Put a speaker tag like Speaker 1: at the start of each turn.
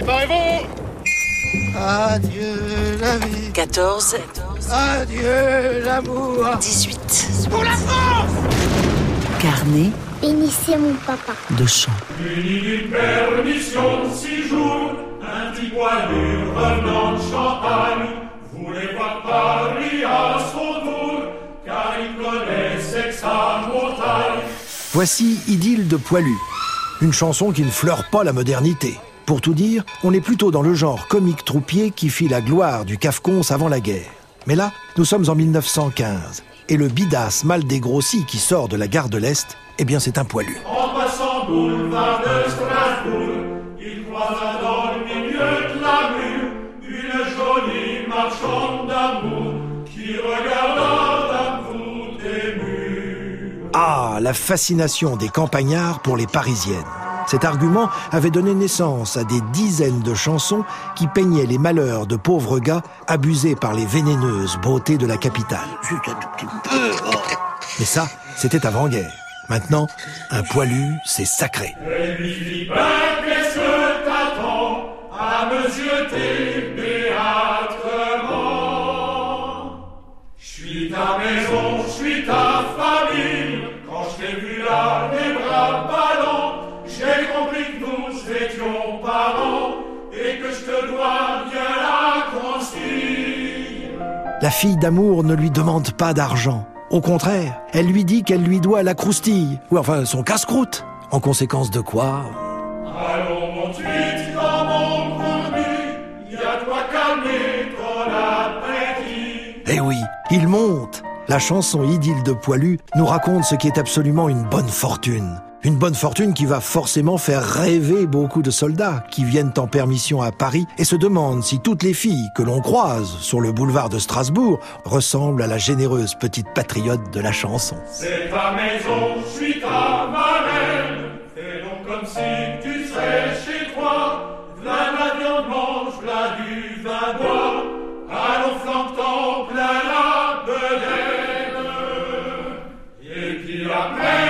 Speaker 1: Préparez-vous.
Speaker 2: Adieu la vie.
Speaker 3: 14.
Speaker 2: Adieu l'amour.
Speaker 3: 18.
Speaker 2: Pour la France.
Speaker 3: Carnet
Speaker 4: Bénissez mon papa.
Speaker 3: de chant.
Speaker 5: Muni d'une permission de 6 jours, un petit poilu revenant de Champagne voulait voir Paris à son tour, car il connaissait que sa montagne.
Speaker 6: Voici Idylle de Poilu, une chanson qui ne fleure pas la modernité. Pour tout dire, on est plutôt dans le genre comique troupier qui fit la gloire du Cafconce avant la guerre. Mais là, nous sommes en 1915, et le bidasse mal dégrossi qui sort de la gare de l'Est, eh bien c'est un poilu.
Speaker 5: En passant boulevard de Strasbourg, il croisa dans le milieu de la mur une jolie marchande d'amour qui regarda d'un bout des murs.
Speaker 6: Ah, la fascination des campagnards pour les Parisiennes. Cet argument avait donné naissance à des dizaines de chansons qui peignaient les malheurs de pauvres gars abusés par les vénéneuses beautés de la capitale.
Speaker 2: Juste un tout petit peu.
Speaker 6: Mais ça, c'était avant-guerre. Maintenant, un poilu, c'est sacré.
Speaker 5: Et lui dit, ben, qu'est-ce que t'attends à me jeter béatement? J'suis ta maison, j'suis ta famille. Quand je t'ai vu là, les bras ballants, j'ai compris que nous étions parents et que je te dois bien la consigne.
Speaker 6: La fille d'amour ne lui demande pas d'argent. Au contraire, elle lui dit qu'elle lui doit la croustille, ou enfin son casse-croûte. En conséquence de quoi...
Speaker 5: Allons mon tweet dans mon cournu, y'a de quoi calmer ton appétit.
Speaker 6: Eh oui, il monte. La chanson Idylle de Poilu nous raconte ce qui est absolument une bonne fortune. Une bonne fortune qui va forcément faire rêver beaucoup de soldats qui viennent en permission à Paris et se demandent si toutes les filles que l'on croise sur le boulevard de Strasbourg ressemblent à la généreuse petite patriote de la chanson.
Speaker 5: C'est ta maison, je suis ta marraine. Fais donc comme si tu serais chez toi. V'là de la viande mange, v'là du vin bois. Allons flanquant plein la bedaine. Et puis après